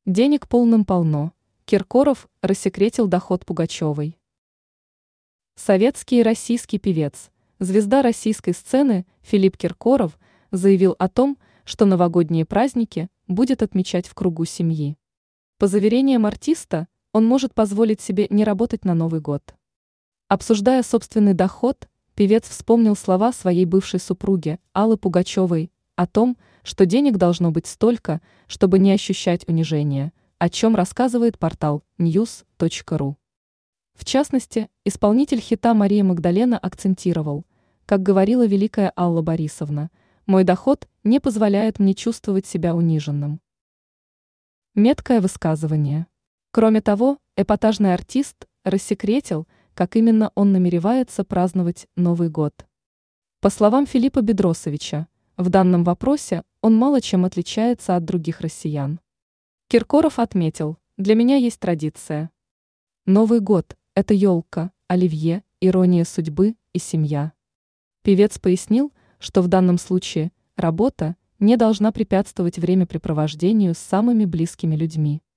Денег полным-полно. Киркоров рассекретил доход Пугачевой. Советский и российский певец, звезда российской сцены Филипп Киркоров заявил о том, что новогодние праздники будет отмечать в кругу семьи. По заверениям артиста, он может позволить себе не работать на Новый год. Обсуждая собственный доход, певец вспомнил слова своей бывшей супруги Аллы Пугачевой о том, что денег должно быть столько, чтобы не ощущать унижения, о чем рассказывает портал news.ru. В частности, исполнитель хита Мария Магдалена акцентировал: как говорила великая Алла Борисовна, мой доход не позволяет мне чувствовать себя униженным. Меткое высказывание. Кроме того, эпатажный артист рассекретил, как именно он намеревается праздновать Новый год. По словам Филиппа Бедросовича, в данном вопросе он мало чем отличается от других россиян. Киркоров отметил: для меня есть традиция. Новый год – это елка, оливье, ирония судьбы и семья. Певец пояснил, что в данном случае работа не должна препятствовать времяпрепровождению с самыми близкими людьми.